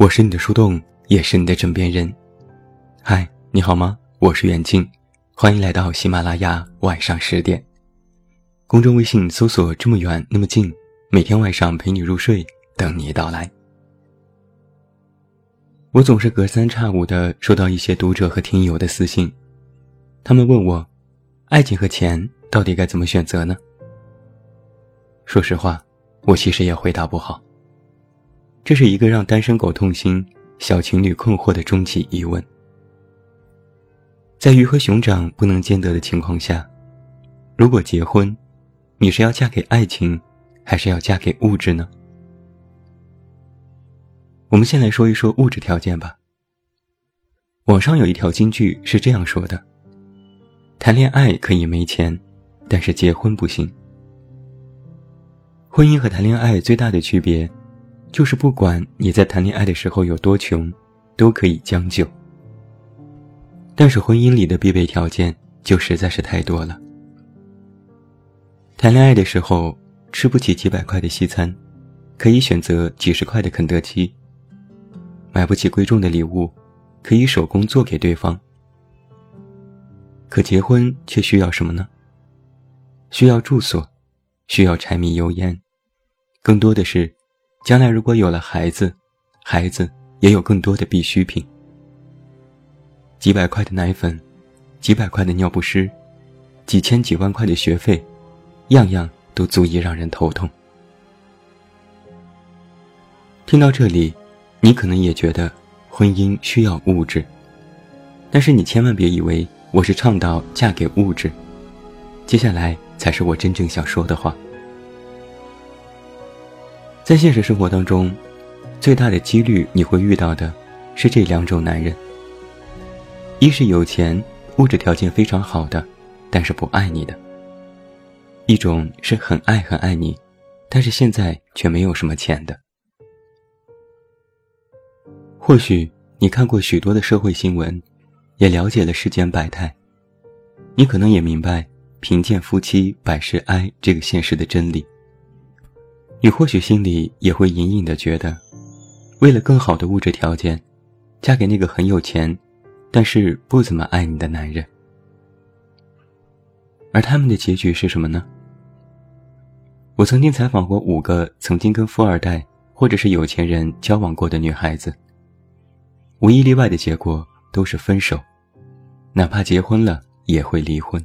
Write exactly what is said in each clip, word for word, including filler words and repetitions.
我是你的树洞，也是你的枕边人。嗨，你好吗？我是远近，欢迎来到喜马拉雅晚上十点。公众微信搜索这么远那么近，每天晚上陪你入睡，等你到来。我总是隔三差五地收到一些读者和听友的私信，他们问我，爱情和钱到底该怎么选择呢？说实话，我其实也回答不好。这是一个让单身狗痛心、小情侣困惑的终极疑问。在鱼和熊掌不能兼得的情况下，如果结婚，你是要嫁给爱情，还是要嫁给物质呢？我们先来说一说物质条件吧。网上有一条金句是这样说的：谈恋爱可以没钱，但是结婚不行。婚姻和谈恋爱最大的区别，就是不管你在谈恋爱的时候有多穷，都可以将就。但是婚姻里的必备条件就实在是太多了。谈恋爱的时候，吃不起几百块的西餐，可以选择几十块的肯德基；买不起贵重的礼物，可以手工做给对方。可结婚却需要什么呢？需要住所，需要柴米油盐，更多的是将来如果有了孩子，孩子也有更多的必需品。几百块的奶粉，几百块的尿不湿，几千几万块的学费，样样都足以让人头痛。听到这里，你可能也觉得婚姻需要物质，但是你千万别以为我是倡导嫁给物质，接下来才是我真正想说的话。在现实生活当中，最大的几率你会遇到的是这两种男人。一是有钱，物质条件非常好的，但是不爱你的；一种是很爱很爱你，但是现在却没有什么钱的。或许你看过许多的社会新闻，也了解了世间百态，你可能也明白贫贱夫妻百事哀这个现实的真理。你或许心里也会隐隐地觉得，为了更好的物质条件，嫁给那个很有钱但是不怎么爱你的男人。而他们的结局是什么呢？我曾经采访过五个曾经跟富二代或者是有钱人交往过的女孩子，无一例外的结果都是分手，哪怕结婚了也会离婚。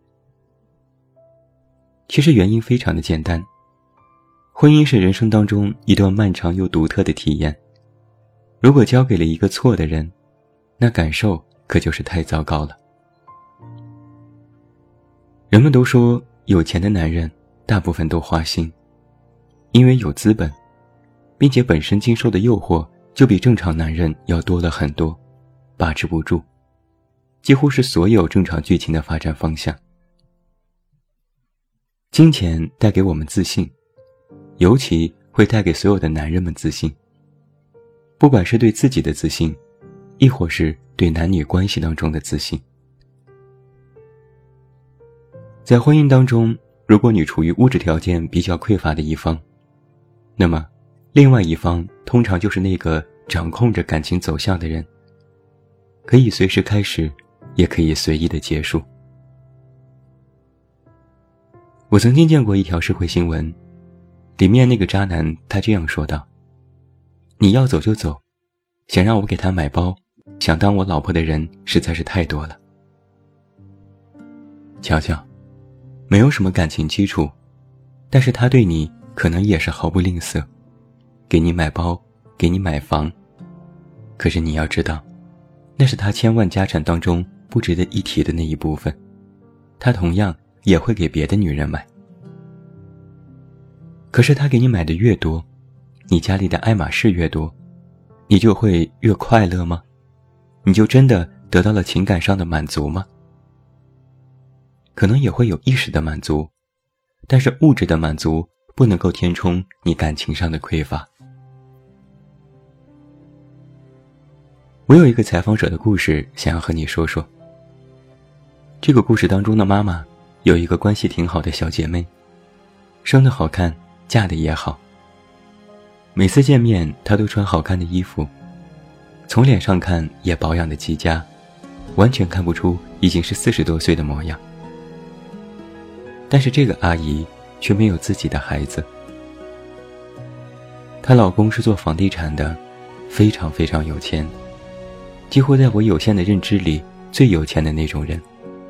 其实原因非常的简单，婚姻是人生当中一段漫长又独特的体验，如果交给了一个错的人，那感受可就是太糟糕了。人们都说有钱的男人大部分都花心，因为有资本，并且本身经受的诱惑就比正常男人要多了很多，把持不住，几乎是所有正常剧情的发展方向。金钱带给我们自信，尤其会带给所有的男人们自信，不管是对自己的自信，亦或是对男女关系当中的自信。在婚姻当中，如果你处于物质条件比较匮乏的一方，那么另外一方通常就是那个掌控着感情走向的人，可以随时开始，也可以随意的结束。我曾经见过一条社会新闻，里面那个渣男他这样说道：你要走就走，想让我给他买包，想当我老婆的人实在是太多了。瞧瞧，没有什么感情基础，但是他对你可能也是毫不吝啬，给你买包，给你买房。可是你要知道，那是他千万家产当中不值得一提的那一部分，他同样也会给别的女人买。可是他给你买的越多，你家里的爱马仕越多，你就会越快乐吗？你就真的得到了情感上的满足吗？可能也会有一时的满足，但是物质的满足不能够填充你感情上的匮乏。我有一个采访者的故事想要和你说说。这个故事当中的妈妈有一个关系挺好的小姐妹，生得好看，嫁得也好。每次见面她都穿好看的衣服， 从脸上看也保养得极佳，完全看不出已经是四十多岁的模样。但是这个阿姨却没有自己的孩子。她老公是做房地产的，非常非常有钱，几乎在我有限的认知里最有钱的那种人。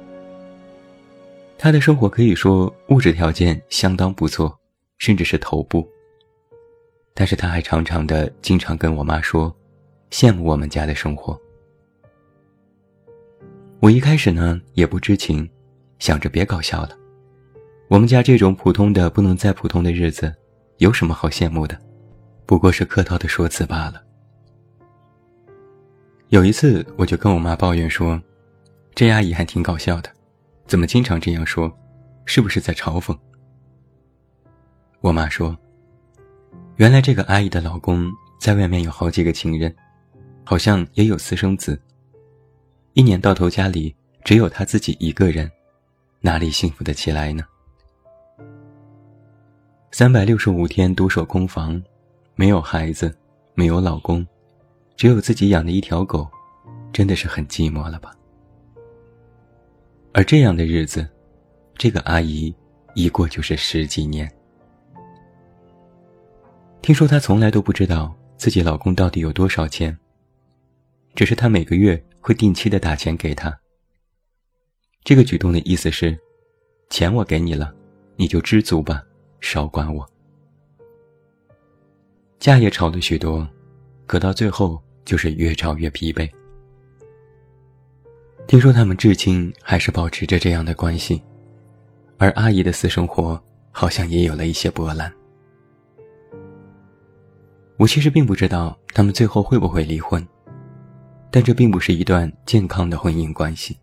她的生活可以说物质条件相当不错，甚至是头部。但是她还常常的经常跟我妈说羡慕我们家的生活。我一开始呢也不知情，想着别搞笑了，我们家这种普通的不能再普通的日子有什么好羡慕的，不过是客套的说辞罢了。有一次我就跟我妈抱怨说，这阿姨还挺搞笑的，怎么经常这样说，是不是在嘲讽？我妈说，原来这个阿姨的老公在外面有好几个情人，好像也有私生子，一年到头家里只有她自己一个人，哪里幸福得起来呢？三百六十五天独守空房，没有孩子，没有老公，只有自己养的一条狗，真的是很寂寞了吧？而这样的日子，这个阿姨一过就是十几年。听说她从来都不知道自己老公到底有多少钱，只是她每个月会定期的打钱给他。这个举动的意思是，钱我给你了，你就知足吧，少管我。架也吵了许多，可到最后就是越吵越疲惫。听说他们至今还是保持着这样的关系，而阿姨的私生活好像也有了一些波澜。我其实并不知道他们最后会不会离婚，但这并不是一段健康的婚姻关系。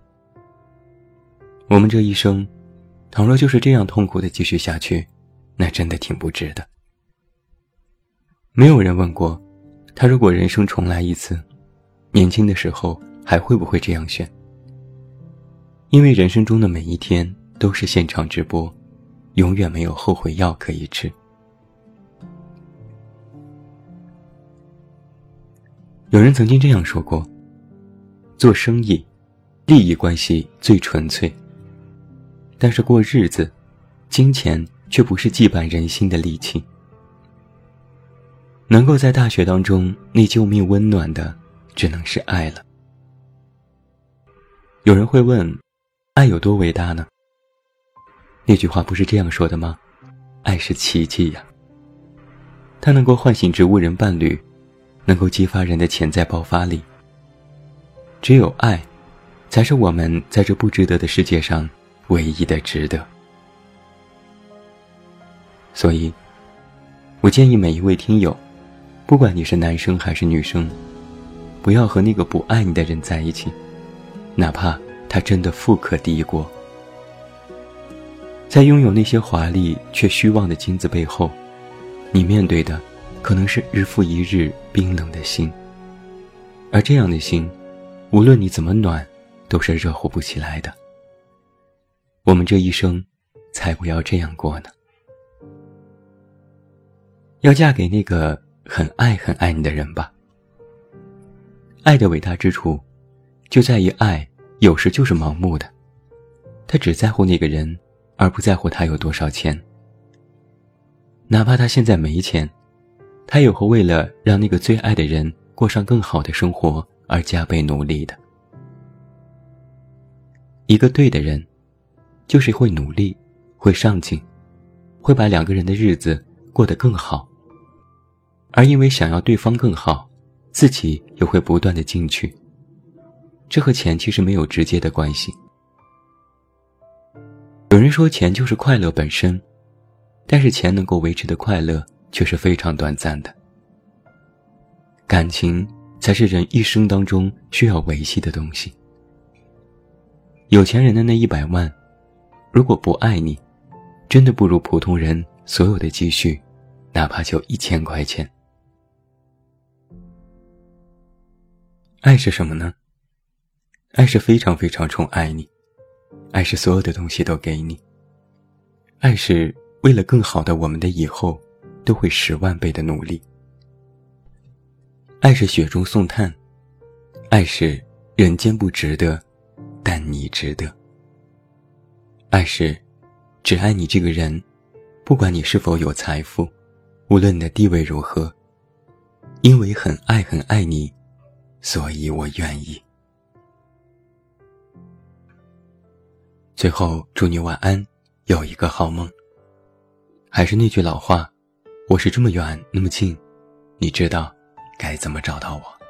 我们这一生，倘若就是这样痛苦的继续下去，那真的挺不值的。没有人问过，他如果人生重来一次，年轻的时候还会不会这样选？因为人生中的每一天都是现场直播，永远没有后悔药可以吃。有人曾经这样说过，做生意，利益关系最纯粹，但是过日子，金钱却不是羁绊人心的利器。能够在大雪当中内救命温暖的，只能是爱了。有人会问，爱有多伟大呢？那句话不是这样说的吗？爱是奇迹呀！它能够唤醒植物人伴侣，能够激发人的潜在爆发力。只有爱，才是我们在这不值得的世界上唯一的值得。所以，我建议每一位听友，不管你是男生还是女生，不要和那个不爱你的人在一起，哪怕他真的富可敌国。在拥有那些华丽却虚妄的金子背后，你面对的可能是日复一日冰冷的心，而这样的心，无论你怎么暖，都是热乎不起来的。我们这一生，才不要这样过呢。要嫁给那个很爱很爱你的人吧。爱的伟大之处，就在于爱有时就是盲目的，他只在乎那个人，而不在乎他有多少钱。哪怕他现在没钱，他也会为了让那个最爱的人过上更好的生活而加倍努力的。一个对的人，就是会努力，会上进，会把两个人的日子过得更好。而因为想要对方更好，自己也会不断的进取。这和钱其实没有直接的关系。有人说钱就是快乐本身，但是钱能够维持的快乐却是非常短暂的。感情才是人一生当中需要维系的东西。有钱人的那一百万，如果不爱你，真的不如普通人所有的积蓄，哪怕就一千块钱。爱是什么呢？爱是非常非常宠爱你，爱是所有的东西都给你，爱是为了更好的我们的以后，都会十万倍的努力。 爱是雪中送炭，爱是人间不值得，但你值得。爱是只爱你这个人，不管你是否有财富，无论你的地位如何，因为很爱很爱你，所以我愿意。最后祝你晚安，有一个好梦。还是那句老话，我是这么远那么近，你知道该怎么找到我。